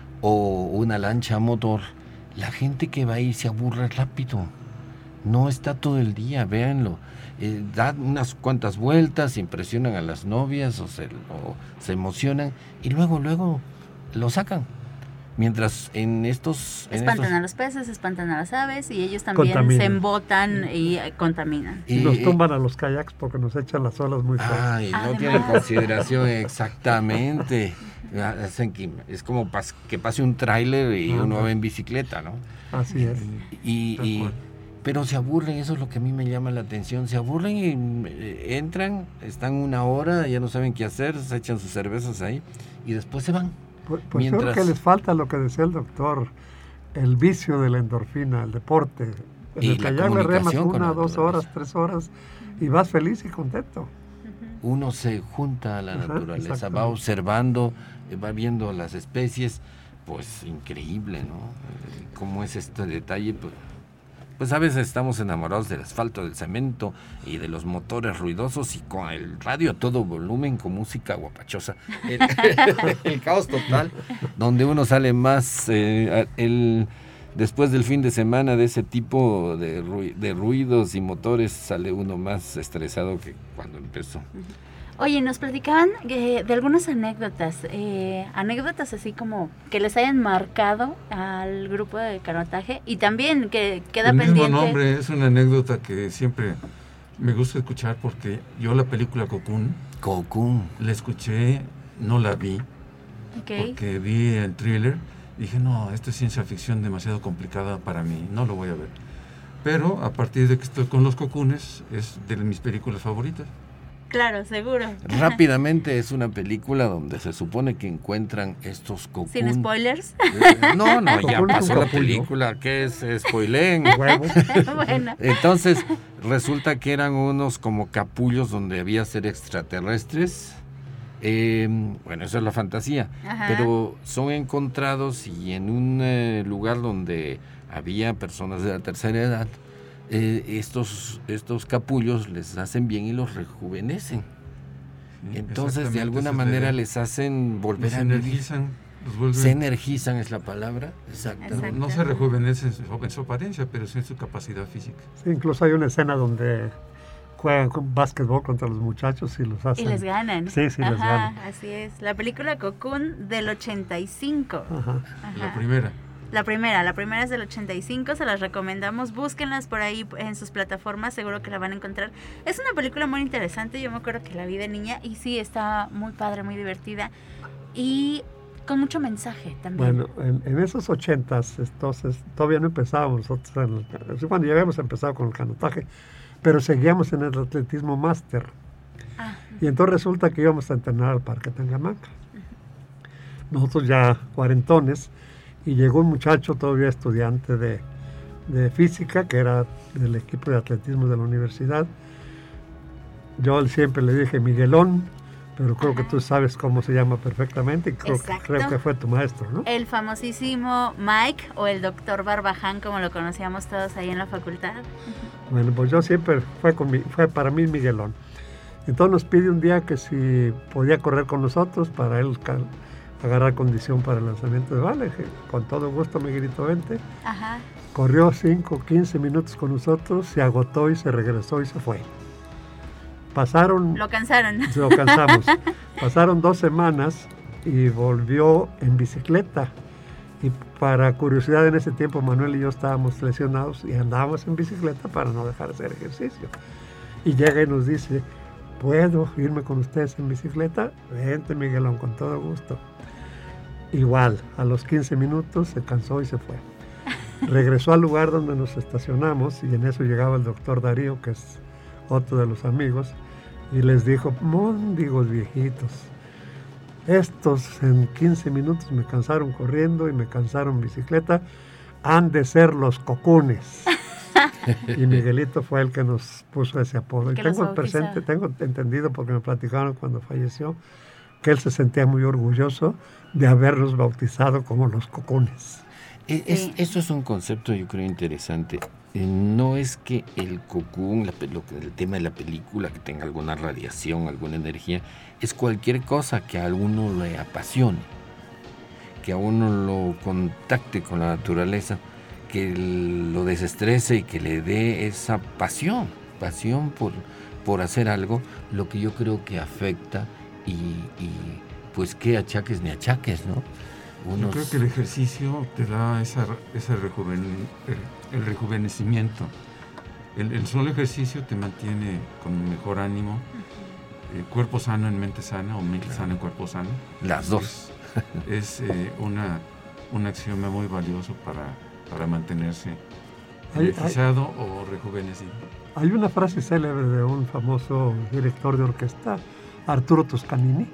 o una lancha a motor, la gente que va ahí se aburre rápido, no está todo el día, véanlo, eh, dan unas cuantas vueltas, impresionan a las novias o se, o se emocionan y luego, luego lo sacan. Mientras en estos... En espantan estos... a los peces, espantan a las aves y ellos también contaminan. Se embotan y eh, contaminan. Y, y nos tumban a los kayaks porque nos echan las olas muy fuertes. Ay, no Además. tienen consideración, exactamente. Es como pas, que pase un tráiler y uh-huh. uno va en bicicleta, ¿no? Así es. Y, y, pero se aburren, eso es lo que a mí me llama la atención. Se aburren y eh, entran, están una hora, ya no saben qué hacer, se echan sus cervezas ahí y después se van. Pues, pues Mientras... creo que les falta lo que decía el doctor, el vicio de la endorfina, el deporte. En el kayak le remas una, dos horas, tres horas y vas feliz y contento. Uno se junta a la Ajá, naturaleza, va observando, va viendo las especies, pues increíble, ¿no? Cómo es este detalle, pues, pues a veces estamos enamorados del asfalto, del cemento y de los motores ruidosos y con el radio a todo volumen, con música guapachosa. El, el caos total, donde uno sale más, eh, el, después del fin de semana de ese tipo de, ru- de ruidos y motores, sale uno más estresado que cuando empezó. Oye, nos platicaban eh, de algunas anécdotas, eh, anécdotas así como que les hayan marcado al grupo de canotaje y también que queda el pendiente. El mismo nombre es una anécdota que siempre me gusta escuchar porque yo la película Cocoon, Cocoon, la escuché, no la vi, okay. porque vi el thriller y dije, no, esto es ciencia ficción demasiado complicada para mí, no lo voy a ver. Pero a partir de que estoy con los Cocoons, es de mis películas favoritas. Claro, seguro. Rápidamente, es una película donde se supone que encuentran estos cocoon. ¿Sin spoilers? Eh, no, no, ya pasó la película, ¿qué es? Spoileen. Bueno. Entonces, resulta que eran unos como capullos donde había ser extraterrestres. Eh, bueno, eso es la fantasía. Ajá. Pero son encontrados y en un eh, lugar donde había personas de la tercera edad, Eh, estos, estos capullos les hacen bien y los rejuvenecen. Sí, entonces de alguna manera de, les hacen volver se a energizan, los vuelven, se energizan es la palabra. Exacto. No, no se rejuvenecen en su, en su apariencia, pero sí en su capacidad física. Sí, incluso hay una escena donde juegan con básquetbol contra los muchachos y los hacen. Y les ganan. Sí, sí, Ajá, les ganan. Así es. La película Cocoon del ochenta y cinco. Ajá. Ajá. La primera. La primera, la primera es del ochenta y cinco, se las recomendamos, búsquenlas por ahí en sus plataformas, seguro que la van a encontrar. Es una película muy interesante, yo me acuerdo que la vi de niña y sí, está muy padre, muy divertida y con mucho mensaje también. Bueno, en, en esos ochentas, entonces, todavía no empezábamos nosotros, en el, bueno, ya habíamos empezado con el canotaje, pero seguíamos en el atletismo máster. Ah, y entonces resulta que íbamos a entrenar al Parque Tangamanga. Uh-huh. Nosotros ya cuarentones, y llegó un muchacho todavía estudiante de, de física, que era del equipo de atletismo de la universidad. Yo siempre le dije Miguelón, pero creo Ajá. que tú sabes cómo se llama perfectamente y creo, creo que fue tu maestro, ¿no? El famosísimo Mike o el doctor Barbaján, como lo conocíamos todos ahí en la facultad. Bueno, pues yo siempre fue, con mi, fue para mí Miguelón. Entonces nos pide un día que si podía correr con nosotros para él agarrar condición para el lanzamiento de vale. Con todo gusto, Miguelito, vente. Ajá. Corrió cinco, quince minutos con nosotros, se agotó y se regresó y se fue. Pasaron... Lo cansaron. Lo cansamos. Pasaron dos semanas y volvió en bicicleta. Y para curiosidad, en ese tiempo Manuel y yo estábamos lesionados y andábamos en bicicleta para no dejar de hacer ejercicio. Y llega y nos dice, ¿puedo irme con ustedes en bicicleta? Vente, Miguelón, con todo gusto. Igual, a los quince minutos se cansó y se fue. Regresó al lugar donde nos estacionamos y en eso llegaba el doctor Darío, que es otro de los amigos, y les dijo, móndigos viejitos, estos en quince minutos me cansaron corriendo y me cansaron en bicicleta, han de ser los cocunes. Y Miguelito fue el que nos puso ese apodo. Y tengo presente, tengo entendido porque me platicaron cuando falleció, que él se sentía muy orgulloso de habernos bautizado como los cocunes. Es, es, eso es un concepto, yo creo, interesante. Eh, no es que el cocún, la, lo, el tema de la película, que tenga alguna radiación, alguna energía, es cualquier cosa que a uno le apasione, que a uno lo contacte con la naturaleza, que lo desestrese y que le dé esa pasión, pasión por, por hacer algo, lo que yo creo que afecta y, y pues qué achaques ni achaques, ¿no? Unos... Yo creo que el ejercicio te da esa, ese rejuven, el, el rejuvenecimiento. El, el solo ejercicio te mantiene con mejor ánimo, eh, cuerpo sano en mente sana o mente sana en cuerpo sano. Las dos. Es, es eh, una, un axioma muy valioso para, para mantenerse energizado o rejuvenecido. Hay una frase célebre de un famoso director de orquesta, Arturo Toscanini.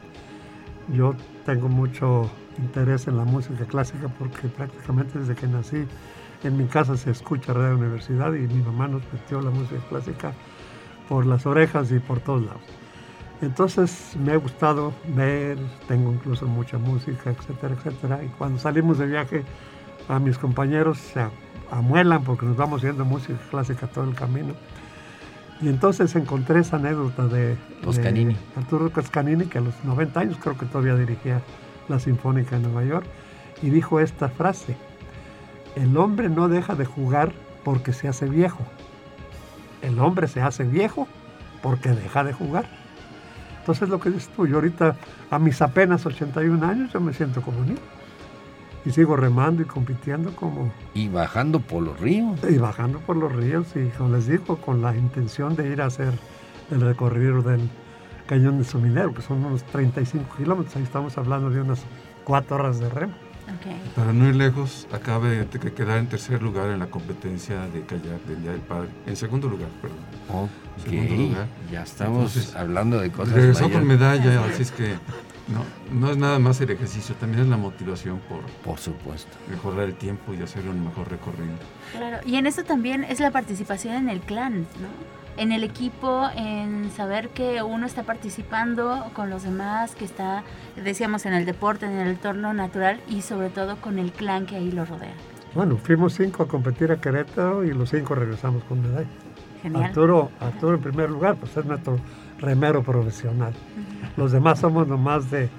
Yo tengo mucho interés en la música clásica porque prácticamente desde que nací en mi casa se escucha Radio Universidad y mi mamá nos metió la música clásica por las orejas y por todos lados. Entonces me ha gustado ver, tengo incluso mucha música, etcétera, etcétera. Y cuando salimos de viaje a mis compañeros se amuelan porque nos vamos oyendo música clásica todo el camino. Y entonces encontré esa anécdota de, Toscanini. de Arturo Toscanini, que a los noventa años creo que todavía dirigía la Sinfónica de Nueva York, y dijo esta frase: el hombre no deja de jugar porque se hace viejo, el hombre se hace viejo porque deja de jugar. Entonces lo que dices tú, yo ahorita a mis apenas ochenta y un años yo me siento como niño. Y sigo remando y compitiendo como... Y bajando por los ríos. Y bajando por los ríos y, como les digo, con la intención de ir a hacer el recorrido del Cañón del Sumidero, que son unos treinta y cinco kilómetros. Ahí estamos hablando de unas cuatro horas de remo. Okay. Para no ir lejos, acaba de quedar en tercer lugar en la competencia de kayak del Día del Padre. En segundo lugar, perdón. Ok, segundo lugar. Ya estamos Entonces, hablando de cosas regresó mayores. con medalla, así es que no, no es nada más el ejercicio, también es la motivación por, por supuesto, mejorar el tiempo y hacer un mejor recorrido. Claro, y en eso también es la participación en el clan, ¿no? En el equipo, en saber que uno está participando con los demás, que está, decíamos, en el deporte, en el entorno natural y sobre todo con el clan que ahí lo rodea. Bueno, fuimos cinco a competir a Querétaro y los cinco regresamos con medalla. Genial. Arturo, Arturo en primer lugar, pues es nuestro remero profesional. Uh-huh. Los demás somos nomás de...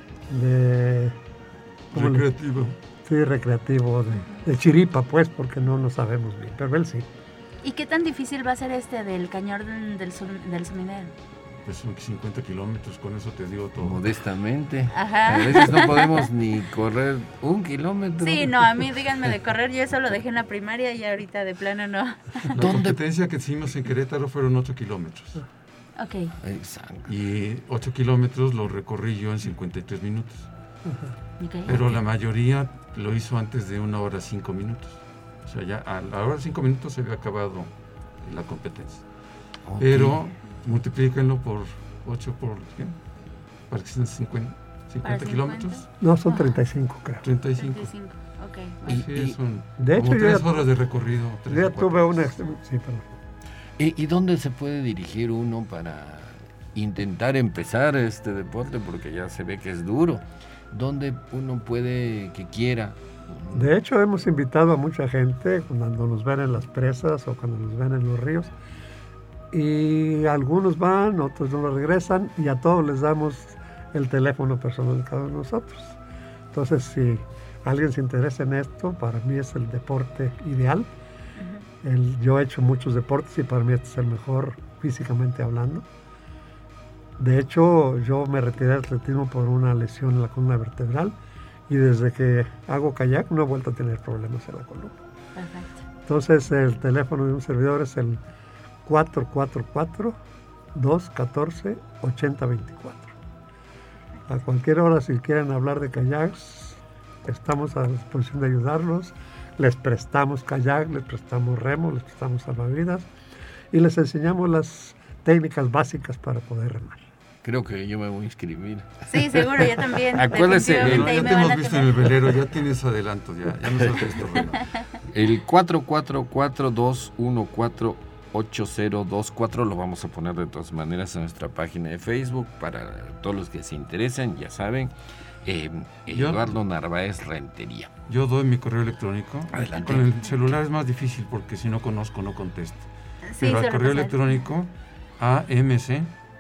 de recreativo. Le, sí, recreativo, de, de chiripa, pues, porque no lo sabemos bien, pero él sí. ¿Y qué tan difícil va a ser este del Cañón del, del, del Sumidero? Pues son cincuenta kilómetros, con eso te digo todo. Modestamente. Ajá. A veces no podemos ni correr un kilómetro. Sí, no, a mí díganme de correr, yo eso lo dejé en la primaria y ahorita de plano no. La competencia que hicimos en Querétaro fueron ocho kilómetros. Ok. Exacto. Y ocho kilómetros lo recorrí yo en cincuenta y tres minutos. Okay. Pero la mayoría lo hizo antes de una hora cinco minutos. O sea, ya a la hora cinco minutos se había acabado la competencia. Okay. Pero multiplíquenlo por ocho, por ¿qué? Para que sean cincuenta, cincuenta kilómetros. No, son treinta y cinco, creo. treinta y cinco. treinta y cinco, ok. Así y, es un, de hecho, como tres ya, horas de recorrido. Yo ya tuve una... Sí, perdón. ¿Y, ¿Y dónde se puede dirigir uno para intentar empezar este deporte? Porque ya se ve que es duro. ¿Dónde uno puede, que quiera? De hecho, hemos invitado a mucha gente cuando nos ven en las presas o cuando nos ven en los ríos. Y algunos van, otros no regresan y a todos les damos el teléfono personal de cada uno de nosotros. Entonces, si alguien se interesa en esto, para mí es el deporte ideal. Uh-huh. El, yo he hecho muchos deportes y para mí este es el mejor físicamente hablando. De hecho, yo me retiré del atletismo por una lesión en la columna vertebral y desde que hago kayak no he vuelto a tener problemas en la columna. Perfecto. Entonces, el teléfono de un servidor es el cuatro cuatro cuatro, dos uno cuatro, ocho cero dos cuatro. A cualquier hora, si quieren hablar de kayaks, estamos a la disposición de ayudarlos. Les prestamos kayak, les prestamos remo, les prestamos salvavidas y les enseñamos las técnicas básicas para poder remar. Creo que yo me voy a inscribir. Sí, seguro, yo también. Acuérdese, el, ya te hemos visto en el velero, ya tienes adelanto, ya, ya nos has visto. El cuatro cuatro cuatro, dos uno cuatro, ocho cero dos cuatro lo vamos a poner de todas maneras en nuestra página de Facebook para todos los que se interesen, ya saben. Eh, Eduardo Narváez Rentería. Yo doy mi correo electrónico. Adelante. Con el celular es más difícil porque si no conozco no contesto. Sí, pero al correo electrónico A M C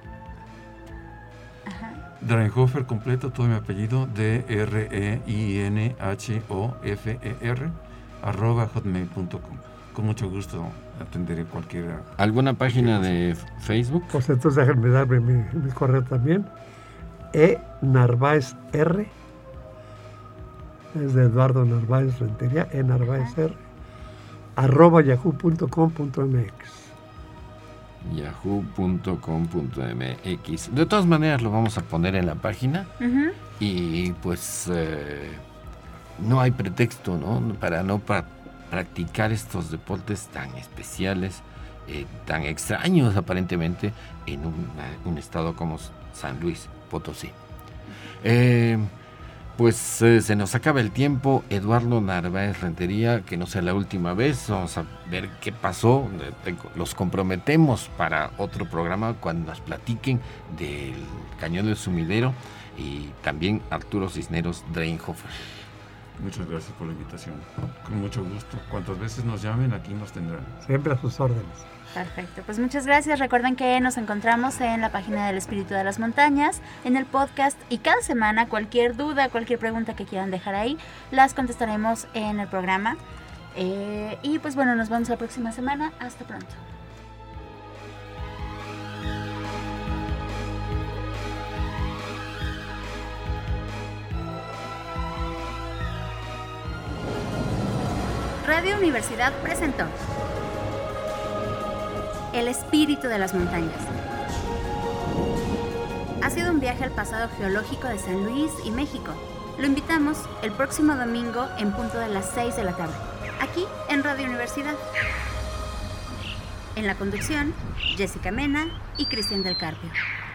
Dreinhofer completo, todo mi apellido, D R E I N H O F E R arroba hotmail punto com. Con mucho gusto atenderé cualquier... ¿Alguna página de Facebook? Pues entonces déjenme darme mi, mi correo también. E Narváez R, es de Eduardo Narváez Rentería, E Narváez R, arroba yahoo punto com punto m x. yahoo punto com punto m x. De todas maneras lo vamos a poner en la página. Uh-huh. Y pues eh, no hay pretexto, ¿no? Para no pra- practicar estos deportes tan especiales, eh, tan extraños aparentemente en un, un estado como San Luis Potosí. Eh, pues eh, se nos acaba el tiempo. Eduardo Narváez Rentería, que no sea la última vez, vamos a ver qué pasó. Los comprometemos para otro programa cuando nos platiquen del Cañón del Sumidero y también Arturo Cisneros Dreinhofer. Muchas gracias por la invitación, con mucho gusto. Cuantas veces nos llamen, aquí nos tendrán. Siempre a sus órdenes. Perfecto, pues muchas gracias. Recuerden que nos encontramos en la página del Espíritu de las Montañas, en el podcast, y cada semana cualquier duda, cualquier pregunta que quieran dejar ahí, las contestaremos en el programa. Eh, y pues bueno, nos vemos la próxima semana. Hasta pronto. Radio Universidad presentó El espíritu de las montañas. Ha sido un viaje al pasado geológico de San Luis y México. Lo invitamos el próximo domingo en punto de las seis de la tarde, aquí en Radio Universidad. En la conducción, Jessica Mena y Cristian del Carpio.